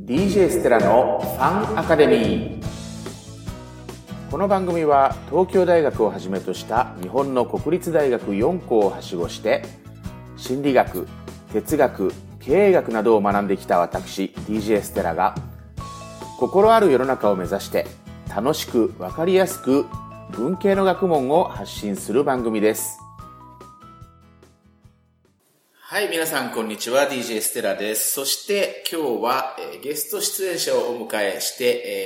DJ ステラのファンアカデミー。この番組は東京大学をはじめとした日本の国立大学4校をはしごして心理学、哲学、経営学などを学んできた私 DJ ステラが心ある世の中を目指して楽しく分かりやすく文系の学問を発信する番組です。はい、皆さんこんにちは。 DJ ステラです。そして今日は、ゲスト出演者をお迎えして、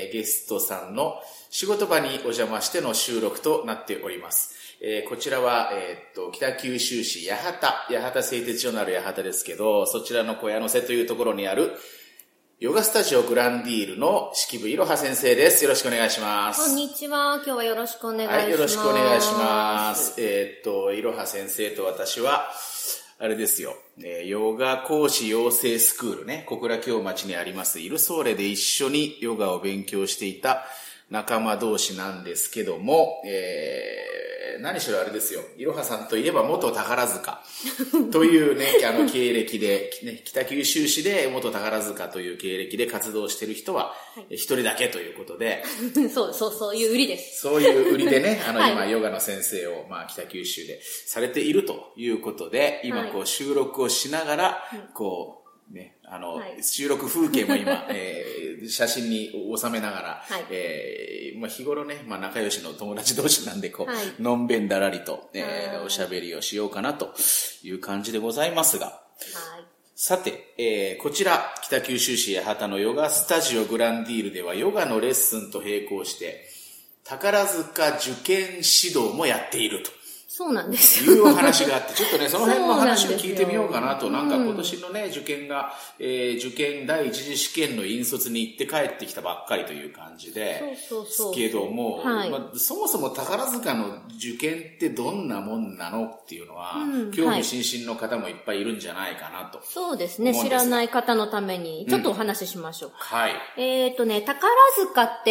ゲストさんの仕事場にお邪魔しての収録となっております。こちらは、北九州市八幡製鉄所のある八幡ですけど、そちらの小屋の瀬というところにあるヨガスタジオグランディールの式部いろは先生です。よろしくお願いします。 こんにちは。今日はよろしくお願いします。 はい、よろしくお願いします。いろは先生と私はあれですよ、ヨガ講師養成スクールね、小倉京町にありますイルソーレで一緒にヨガを勉強していた仲間同士なんですけども、何しろあれですよ、いろはさんといえば元宝塚というね、経歴で、ね、北九州市で元宝塚という経歴で活動している人は一人だけということで、 そういう売りです。 そういう売りでね、 はい、 今ヨガの先生を、北九州でされているということで、今こう収録をしながら、こう、ね、収録風景も今、写真に収めながら、日頃ね、仲良しの友達同士なんで、こう、のんべんだらりと、おしゃべりをしようかなという感じでございますが、さて、こちら、北九州市八幡のヨガスタジオグランディールでは、ヨガのレッスンと並行して、宝塚受験指導もやっていると。 そうなんですよ。 いうお話があって、ちょっとね、その辺の話を聞いてみようかなと、なんか今年のね、受験が、受験第一次試験の引率に行って帰ってきたばっかりという感じで、ですけども、そもそも宝塚の受験ってどんなもんなのっていうのは、興味津々の方もいっぱいいるんじゃないかなと。 そうですね、知らない方のために、ちょっとお話ししましょうか。 はい。 宝塚って、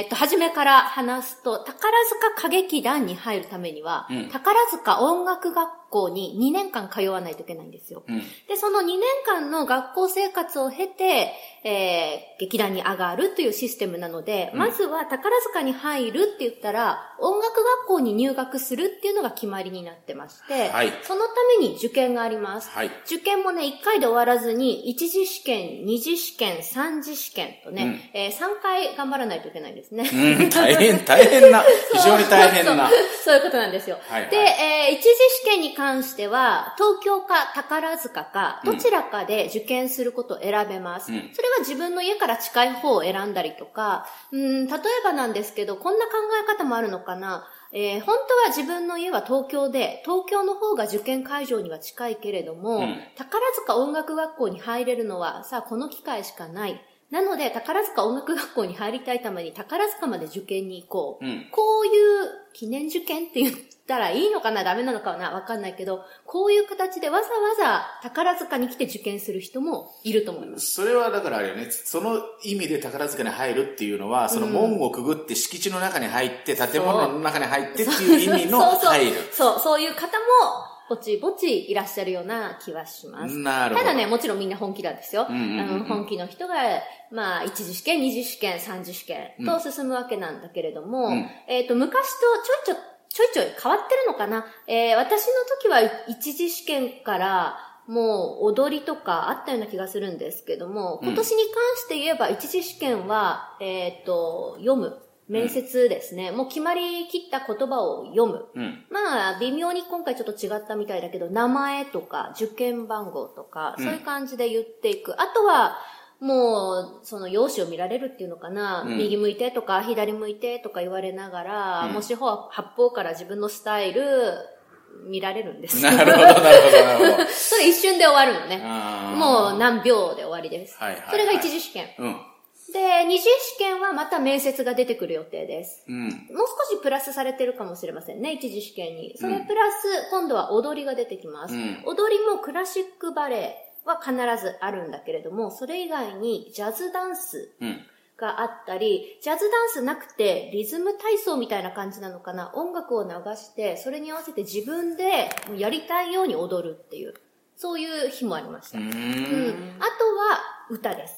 初めから話すと、宝塚歌劇団に入るためには、宝塚音楽学校に2年間通わないといけないんですよ。で、その2年間の学校生活を経て、劇団に上がるというシステムなので、まずは宝塚に入るって言ったら、音楽学校に入学するっていうのが決まりになってまして、そのために受験があります。受験もね、1回で終わらずに、1次試験、2次試験、3次試験とね、3回頑張らないといけないんですね。 大変な、非常に大変な。 そういうことなんですよ。で、1次試験に関しては、東京か宝塚か、どちらかで受験することを選べます。それは自分の家から近い方を選んだりとか、例えばなんですけど、こんな考え方もあるのかな。本当は自分の家は東京で、東京の方が受験会場には近いけれども、宝塚音楽学校に入れるのは、さあこの機会しかない。なので、宝塚音楽学校に入りたいために宝塚まで受験に行こう。こういう記念受験って言ったらいいのかな、ダメなのかな、わかんないけど、こういう形でわざわざ宝塚に来て受験する人もいると思います。 それはだからあれよね、その意味で宝塚に入るっていうのは、その門をくぐって敷地の中に入って、建物の中に入ってっていう意味の入る。 そういう方も、ぼちぼちいらっしゃるような気はします。 なるほど。 ただね、もちろんみんな本気なんですよ。本気の人が、1次試験、2次試験、3次試験と進むわけなんだけれども、昔とちょいちょい変わってるのかな。私の時は1次試験からもう踊りとかあったような気がするんですけども、今年に関して言えば1次試験は、読む。面接ですね。もう決まりきった言葉を読む。微妙に今回ちょっと違ったみたいだけど、名前とか受験番号とか、そういう感じで言っていく。あとは、もう、その容姿を見られるっていうのかな。右向いてとか、左向いてとか言われながら、もう四方八方から自分のスタイル、見られるんですよ。 なるほど。 それ一瞬で終わるのね。もう何秒で終わりです。それが一次試験。で、二次試験はまた面接が出てくる予定です。もう少しプラスされてるかもしれませんね、一次試験に。それプラス、今度は踊りが出てきます。踊りもクラシックバレエは必ずあるんだけれども、それ以外にジャズダンスがあったり、ジャズダンスなくてリズム体操みたいな感じなのかな。音楽を流して、それに合わせて自分でやりたいように踊るっていう。そういう日もありました。あとは歌です。歌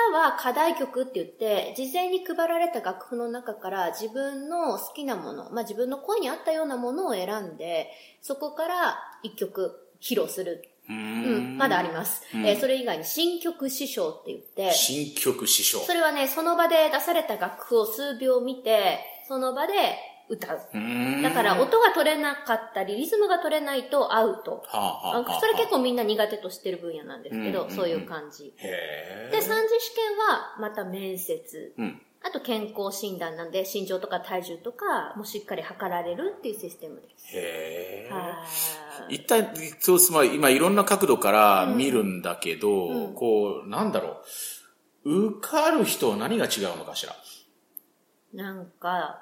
は課題曲って言って、事前に配られた楽譜の中から自分の好きなもの、自分の声に合ったようなものを選んで、そこから一曲披露する。まだあります。それ以外に新曲師匠って言って。 新曲師匠。 それはね、その場で出された楽譜を数秒見て、その場で歌う。だから音が取れなかったり、リズムが取れないとアウト。それ結構みんな苦手としてる分野なんですけど、そういう感じ。で、3次試験はまた面接。あと健康診断なんで、身長とか体重とかもしっかり測られるっていうシステムです。 一体、今いろんな角度から見るんだけど、なんだろう。受かる人は何が違うのかしら。 なんか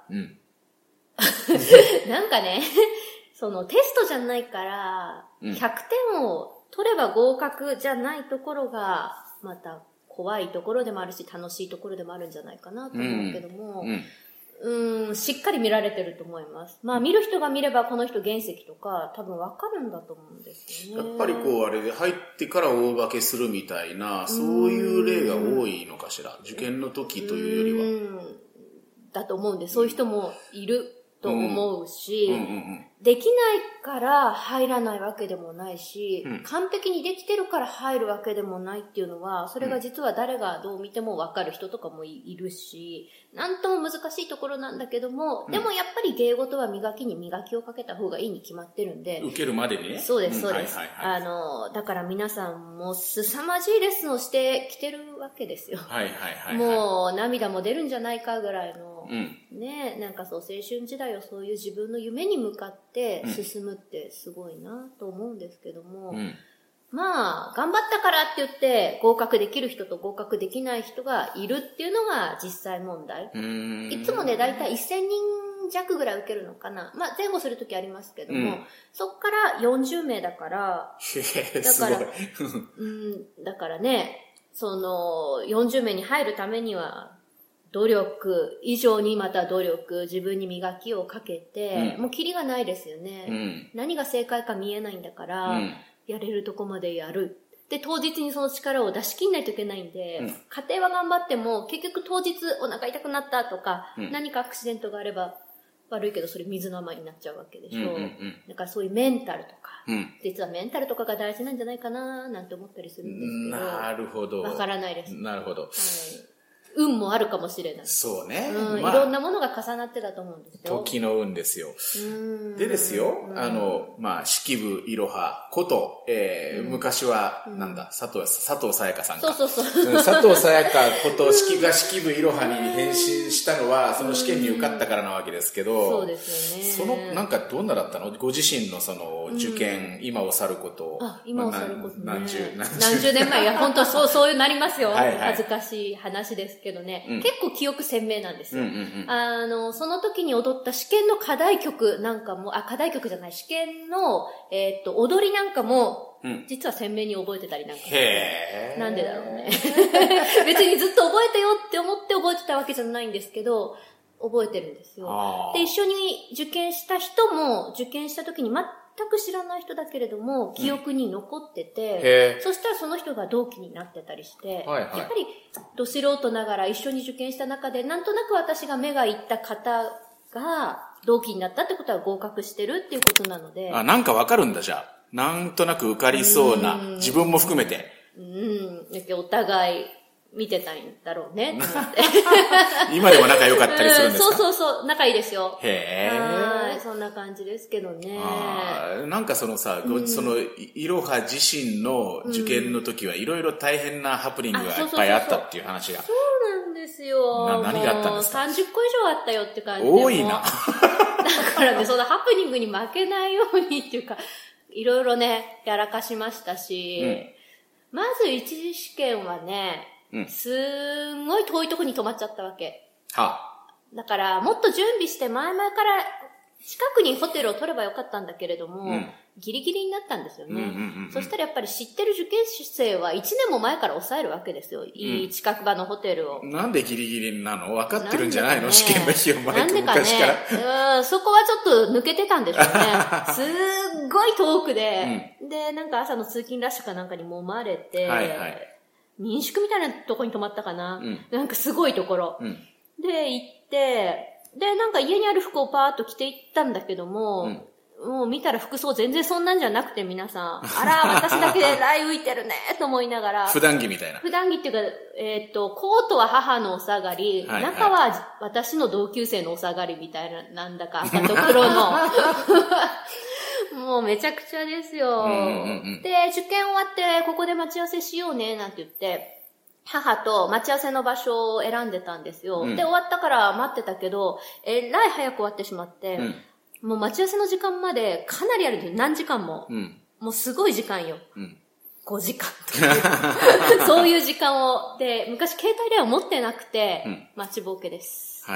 ね、そのテストじゃないから、100点を取れば合格じゃないところが、また怖いところでもあるし、楽しいところでもあるんじゃないかなと思うけども、しっかり見られてると思います。見る人が見ればこの人原石とか多分わかるんだと思うんですよね。 やっぱりあれで入ってから大化けするみたいな、そういう例が多いのかしら。受験の時というよりは。 だと思うんで、そういう人もいると思うし、できないから入らないわけでもないし、完璧にできてるから入るわけでもないっていうのは、それが実は誰がどう見てもわかる人とかもいるし、なんとも難しいところなんだけども、でもやっぱり芸事は磨きに磨きをかけた方がいいに決まってるんで。 受けるまでにね。 そうです、そうです。だから皆さんも凄まじいレッスンをしてきてるわけですよ。もう涙も出るんじゃないかぐらいの、ね、なんかそう青春時代をそういう自分の夢に向かって進むってすごいなと思うんですけども、頑張ったからって言って合格できる人と合格できない人がいるっていうのが実際問題。いつもね、だいたい1000人弱ぐらい受けるのかな。前後するときありますけども、そっから40名だから、だからね、その40名に入るためには、努力以上にまた努力、自分に磨きをかけて、もうキリがないですよね。何が正解か見えないんだから、やれるとこまでやる。で、当日にその力を出し切んないといけないんで、家庭は頑張っても、結局当日お腹痛くなったとか、何かアクシデントがあれば、悪いけどそれ水の甘になっちゃうわけでしょ。だからそういうメンタルとか、実はメンタルとかが大事なんじゃないかななんて思ったりするんですけど。 なるほど。 わからないです。 なるほど。 運もあるかもしれない。 そうね。 いろんなものが重なってたと思うんですよ。 時の運ですよ。でですよ、式部いろはこと、昔は、佐藤さやかさんか。 そう。 佐藤さやかこと式部いろはに変身したのは、その試験に受かったからなわけですけど、 そうですよね。 どんなだったの？ご自身のその受験、今を去ること。 今を去ることね。 何十年前。いや、本当そうなりますよ。恥ずかしい話ですけどね。結構記憶鮮明なんですよ。その時に踊った試験の課題曲なんかも、課題曲じゃない、試験の、踊りなんかも、実は鮮明に覚えてたりなんか。なんでだろうね。別にずっと覚えてよって思って覚えてたわけじゃないんですけど、覚えてるんですよ。で、一緒に受験した人も、受験した時に全く知らない人だけれども、記憶に残ってて、そしたらその人が同期になってたりして、やっぱり、ど素人ながら一緒に受験した中で、なんとなく私が目がいった方が、同期になったってことは合格してるっていうことなので。 なんかわかるんだ、じゃあ。なんとなく受かりそうな、自分も含めて。 お互い見てたんだろうね、と思って。 今でも仲良かったりするんですか？ そう、仲いいですよ。そんな感じですけどね。 なんかそのさ、その、いろは自身の受験の時はいろいろ大変なハプニングがいっぱいあったっていう話が。 そうなんですよ。 何があったんですか？ 30個以上あったよって感じで。 多いな。 だからね、そのハプニングに負けないようにっていうか、いろいろね、やらかしましたし、まず一次試験はね、すんごい遠いとこに泊まっちゃったわけ。だから、もっと準備して前々から近くにホテルを取ればよかったんだけれども、ギリギリになったんですよね。そしたらやっぱり知ってる受験生は1年も前から抑えるわけですよ。いい近く場のホテルを。 なんでギリギリなの？分かってるんじゃないの？試験の日を前から昔から。 そこはちょっと抜けてたんでしょうね。すっごい遠くで、で、なんか朝の通勤ラッシュかなんかに揉まれて、 民宿みたいなとこに泊まったかな。なんかすごいところ。で、行って、で、なんか家にある服をパーッと着て行ったんだけども、もう見たら服装全然そんなんじゃなくて皆さん、あら、私だけでライ浮いてるね、と思いながら。 普段着みたいな。 普段着っていうか、コートは母のお下がり、中は私の同級生のお下がりみたいな、なんだか赤と黒の。もうめちゃくちゃですよ。で、受験終わって、ここで待ち合わせしようね、なんて言って、母と待ち合わせの場所を選んでたんですよ。で、終わったから待ってたけど、えらい早く終わってしまって、もう待ち合わせの時間までかなりあるんですよ。何時間も。もうすごい時間よ。5時間とか。そういう時間を。で、昔携帯電話持ってなくて、待ちぼうけです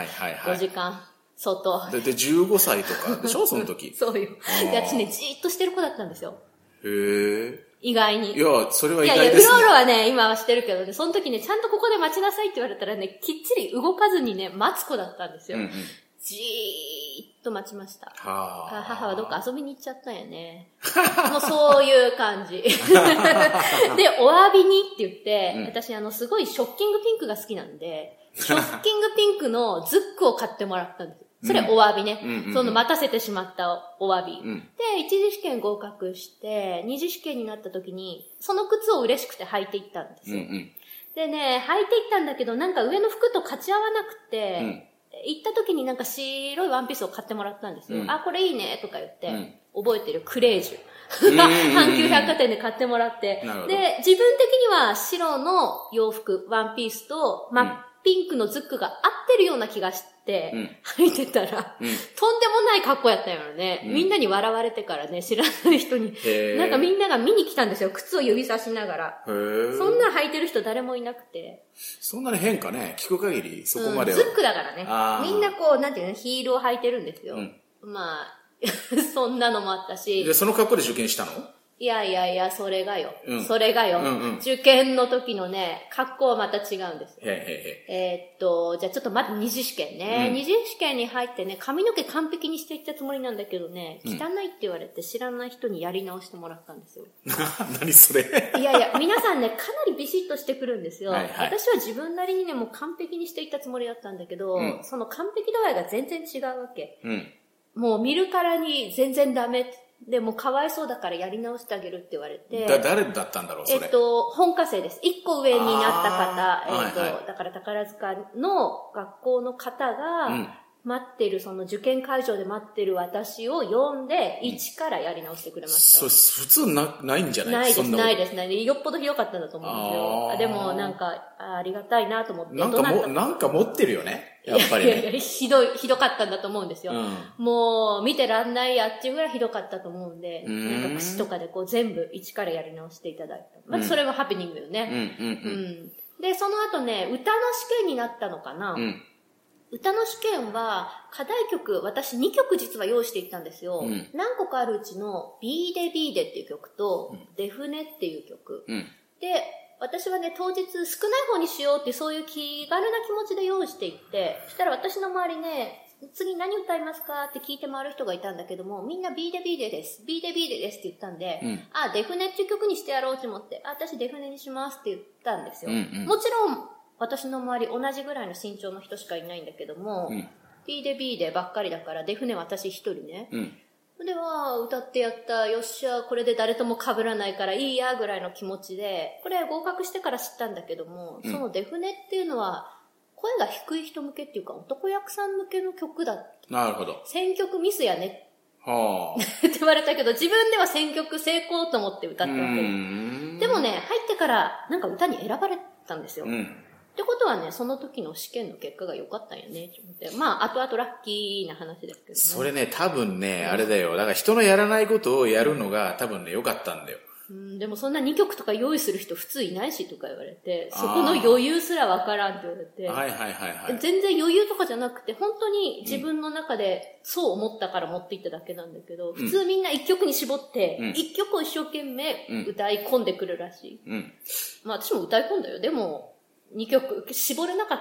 。5時間。外。 で、15歳とかでしょその時。 そうよ。で、私ね、じーっとしてる子だったんですよ。 へー。 意外に。 いや、それは意外ですね。 いや、うろうろはね、今はしてるけどね、その時ね、ちゃんとここで待ちなさいって言われたらね、きっちり動かずにね、待つ子だったんですよ。じーっと待ちました。母はどっか遊びに行っちゃったんやね。もうそういう感じ。で、お詫びにって言って、私すごいショッキングピンクが好きなんで、ショッキングピンクのズックを買ってもらったんです。それお詫びね。その待たせてしまったお詫び。で、一次試験合格して、二次試験になった時に、その靴を嬉しくて履いていったんですよ。でね、履いていったんだけど、なんか上の服と勝ち合わなくて、行った時になんか白いワンピースを買ってもらったんですよ。あ、これいいね、とか言って、覚えてるクレージュ。阪急百貨店で買ってもらって、で、自分的には白の洋服、ワンピースと、真っピンクのズックが合ってるような気がして、履いてたら、とんでもない格好やったんやろね。みんなに笑われてからね、知らない人に。なんかみんなが見に来たんですよ。靴を指さしながら。そんな履いてる人誰もいなくて。 そんなに変化ね、聞く限りそこまでは。 ズックだからね。みんなこう、なんていうの、ヒールを履いてるんですよ。まあ、そんなのもあったし。 で、その格好で受験したの？ いや、それがよ。それがよ。受験の時のね、格好はまた違うんです。じゃあちょっとまず二次試験ね。二次試験に入ってね、髪の毛完璧にしていったつもりなんだけどね、汚いって言われて知らない人にやり直してもらったんですよ。 何それ？ いや、皆さんね、かなりビシッとしてくるんですよ。私は自分なりにね、もう完璧にしていったつもりだったんだけど、その完璧度合いが全然違うわけ。もう見るからに全然ダメって。でもかわいそうだからやり直してあげるって言われて。 誰だったんだろうそれ。 本科生です。一個上になった方、だから宝塚の学校の方が、待ってる、その受験会場で待ってる私を呼んで、一からやり直してくれました。 普通ないんじゃない？ ないです。よっぽどひどかったんだと思うんですよ。でもなんか、ありがたいなと思って。 なんか持ってるよね。やっぱりね。 いや、ひどかったんだと思うんですよ。もう、見てらんないやっていうぐらいひどかったと思うんで、なんか櫛とかでこう全部一からやり直していただいた。まずそれはハプニングよね。で、その後ね、歌の試験になったのかな。歌の試験は、課題曲、私2曲実は用意していったんですよ。何個かあるうちの、ビーデビーデっていう曲と、デフネっていう曲。で、私はね、当日少ない方にしようってそういう気軽な気持ちで用意していって、そしたら私の周りね、次何歌いますかって聞いて回る人がいたんだけども、みんなビーデビーデです。ビーデビーデですって言ったんで、デフネっていう曲にしてやろうと思って、私デフネにしますって言ったんですよ。もちろん、私の周り同じぐらいの身長の人しかいないんだけども、ビーデビーデばっかりだから、デフネ私一人ね。では、歌ってやった、よっしゃ、これで誰とも被らないからいいや、ぐらいの気持ちで、これ合格してから知ったんだけども、そのデフネっていうのは、声が低い人向けっていうか、男役さん向けの曲だった。 なるほど。 選曲ミスやね。って言われたけど、自分では選曲成功と思って歌ったわけ。でもね、入ってからなんか歌に選ばれたんですよ。ってことはね、その時の試験の結果が良かったんよね、と思って。まあ、後々ラッキーな話ですけどね。 それね、多分ね、あれだよ。だから人のやらないことをやるのが多分ね、良かったんだよ。 でもそんな2曲とか用意する人普通いないしとか言われて、そこの余裕すらわからんって言われて。全然余裕とかじゃなくて、本当に自分の中でそう思ったから持っていっただけなんだけど、普通みんな1曲に絞って、1曲を一生懸命歌い込んでくるらしい。まあ私も歌い込んだよ。でも、2曲絞れなかったんです。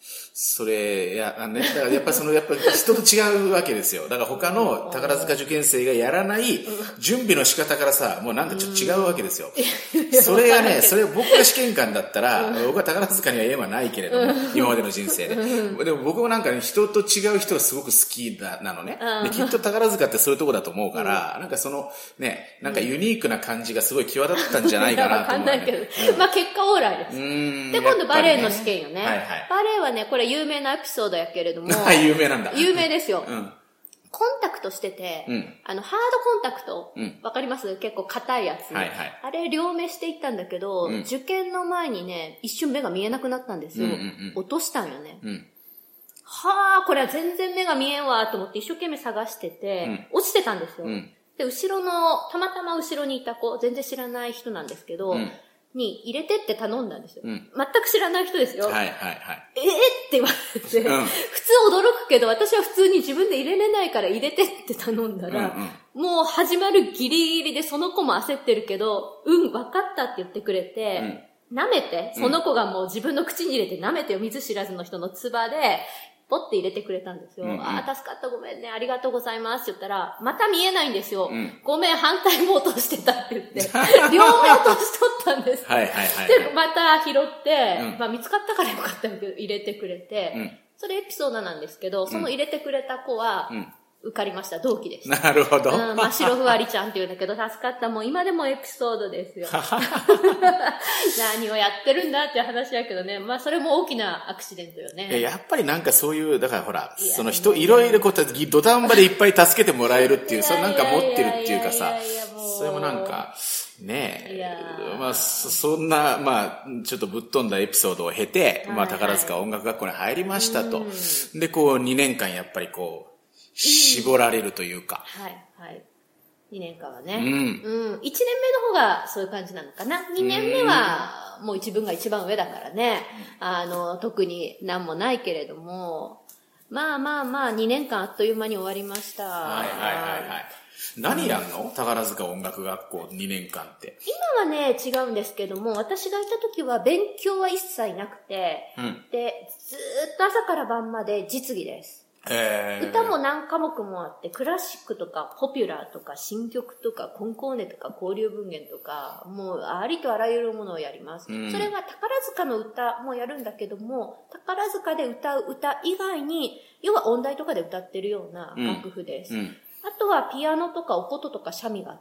それ、だからやっぱやっぱ人と違うわけですよ。だから他の宝塚受験生がやらない準備の仕方からさ、もうなんかちょっと違うわけですよ。それがね、それ僕が試験官だったら、僕は宝塚には縁はないけれども、今までの人生で。でも僕もなんかね、人と違う人がすごく好きなのね。できっと宝塚ってそういうとこだと思うから、なんかね、なんかユニークな感じがすごい際立ったんじゃないかなと思う、ね。 わかんないけど。まあ結果オーライです。で、今度バレエの試験よね。 はいはい。 バレエはね、これ有名なエピソードやけれども。 有名なんだ。 有名ですよ。コンタクトしてて、ハードコンタクト、わかります？結構硬いやつ。 はいはい。 あれ両目していったんだけど、受験の前にね、一瞬目が見えなくなったんですよ。落としたんよね。はぁ、これは全然目が見えんわと思って一生懸命探してて、落ちてたんですよ。で、たまたま後ろにいた子、全然知らない人なんですけど、に入れてって頼んだんですよ。全く知らない人ですよ。 はいはいはい。 って言われて、普通驚くけど、私は普通に自分で入れれないから入れてって頼んだら、もう始まるギリギリでその子も焦ってるけど、分かったって言ってくれて、舐めて、その子がもう自分の口に入れて舐めてよ、見ず知らずの人の唾で、ポッて入れてくれたんですよ。ああ、助かった、ごめんね、ありがとうございますって言ったら、また見えないんですよ。ごめん、反対も落としてたって言って、両目落としとったんです。 はいはいはい。 で、また拾って、まあ見つかったからよかったけど、入れてくれて、それエピソードなんですけど、その入れてくれた子は、受かりました。同期でした。 なるほど。 まあ、白ふわりちゃんって言うんだけど、助かった。もう今でもエピソードですよ。何をやってるんだっていう話やけどね。まあ、それも大きなアクシデントよね。 やっぱりなんかそういう、だからほら、その人、いろいろこう、土壇場でいっぱい助けてもらえるっていう、それなんか持ってるっていうかさ、それもなんか、ねえ、まあ、そんな、まあ、ちょっとぶっ飛んだエピソードを経て、まあ、宝塚音楽学校に入りましたと。で、こう、2年間やっぱりこう、絞られるというか。 はい、はい。2年間はね。1年目の方がそういう感じなのかな。2年目は、もう自分が一番上だからね。特に何もないけれども、まあまあまあ、2年間あっという間に終わりました。 はいはいはいはい。何やんの？宝塚音楽学校2年間って。 今はね、違うんですけども、私がいた時は勉強は一切なくて、で、ずーっと朝から晩まで実技です。歌も何科目もあって、クラシックとかポピュラーとか新曲とかコンコーネとか交流文芸とか、もうありとあらゆるものをやります。それは宝塚の歌もやるんだけども、宝塚で歌う歌以外に、要は音大とかで歌ってるような楽譜です。あとはピアノとかお琴とか三味があって、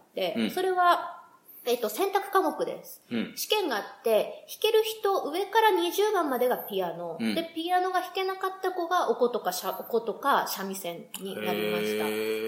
それは選択科目です。試験があって、弾ける人、上から20番までがピアノ。で、ピアノが弾けなかった子がお琴か三味線になりました。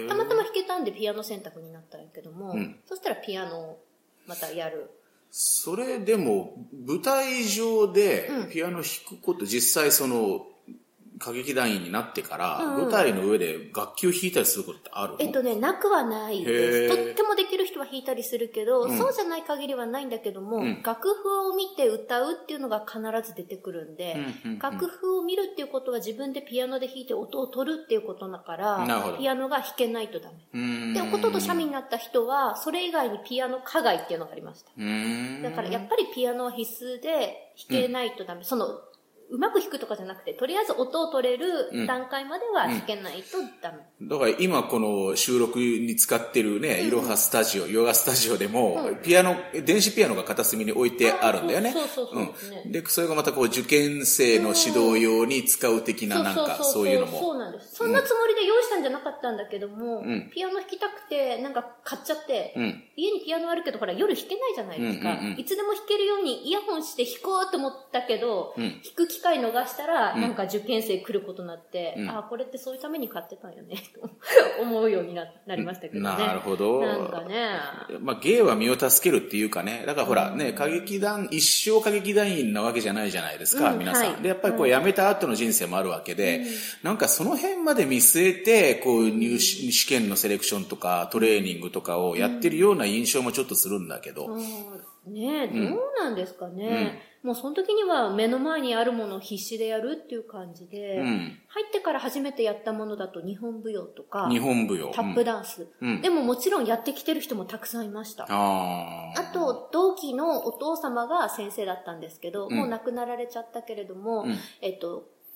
たまたま弾けたんでピアノ選択になったんやけども、そしたらピアノをまたやる。 それでも、舞台上でピアノ弾くこと、実際歌劇団員になってから、舞台の上で楽器を弾いたりすることってあるの？ なくはないです。とってもできる人は弾いたりするけど、そうじゃない限りはないんだけども、楽譜を見て歌うっていうのが必ず出てくるんで、楽譜を見るっていうことは自分でピアノで弾いて音を取るっていうことだから、ピアノが弾けないとダメ。で、音と三味になった人は、それ以外にピアノ課外っていうのがありました。だからやっぱりピアノは必須で弾けないとダメ。うまく弾くとかじゃなくて、とりあえず音を取れる段階までは弾けないとダメ。 だから今この収録に使ってるね、いろはスタジオ、ヨガスタジオでも、電子ピアノが片隅に置いてあるんだよね。そうで、それがまたこう受験生の指導用に使う的ななんか、そういうのも。 そうなんです。そんなつもりで用意したんじゃなかったんだけども、ピアノ弾きたくて、なんか買っちゃって、家にピアノあるけど、ほら夜弾けないじゃないですか。いつでも弾けるようにイヤホンして弾こうと思ったけど、弾く機会逃したら、なんか受験生来ることになって、これってそういうために買ってたんよね、と思うようになりましたけどね。 なるほど。 なんかね。 まあ、芸は身を助けるっていうかね、だからほらね、一生歌劇団員なわけじゃないじゃないですか、皆さん。で、やっぱりこう辞めた後の人生もあるわけで、なんかその辺まで見据えて、こう試験のセレクションとかトレーニングとかをやってるような印象もちょっとするんだけど。 ねえ、どうなんですかね。もうその時には目の前にあるものを必死でやるっていう感じで、入ってから初めてやったものだと日本舞踊とか、タップダンス、でももちろんやってきてる人もたくさんいました。あと、同期のお父様が先生だったんですけど、もう亡くなられちゃったけれども、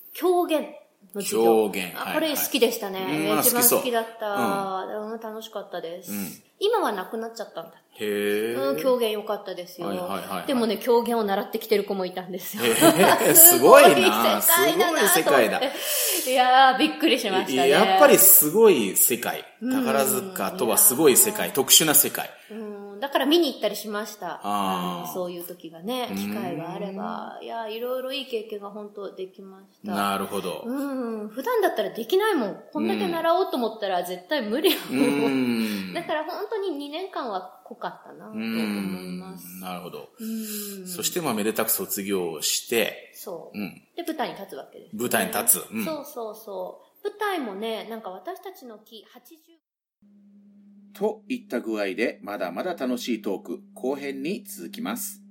狂言の授業。 狂言。 これ好きでしたね。一番好きだった。楽しかったです。今はなくなっちゃったんだ。 へー。 狂言良かったですよ。でもね、狂言を習ってきてる子もいたんですよ。 すごいな。すごい世界だ。 いやー、びっくりしましたね。 やっぱりすごい世界。宝塚とはすごい世界。特殊な世界。 だから見に行ったりしました。そういう時がね、機会があれば。いや、いろいろいい経験が本当できました。 なるほど。 普段だったらできないもん。こんだけ習おうと思ったら絶対無理だから本当に2年間は濃かったなと思います。 なるほど。そしてめでたく卒業して、 そう。で、舞台に立つわけです、ね。 舞台に立つ。 そう。舞台もね、なんか私たちの期80、 といった具合でまだまだ楽しいトーク後編に続きます。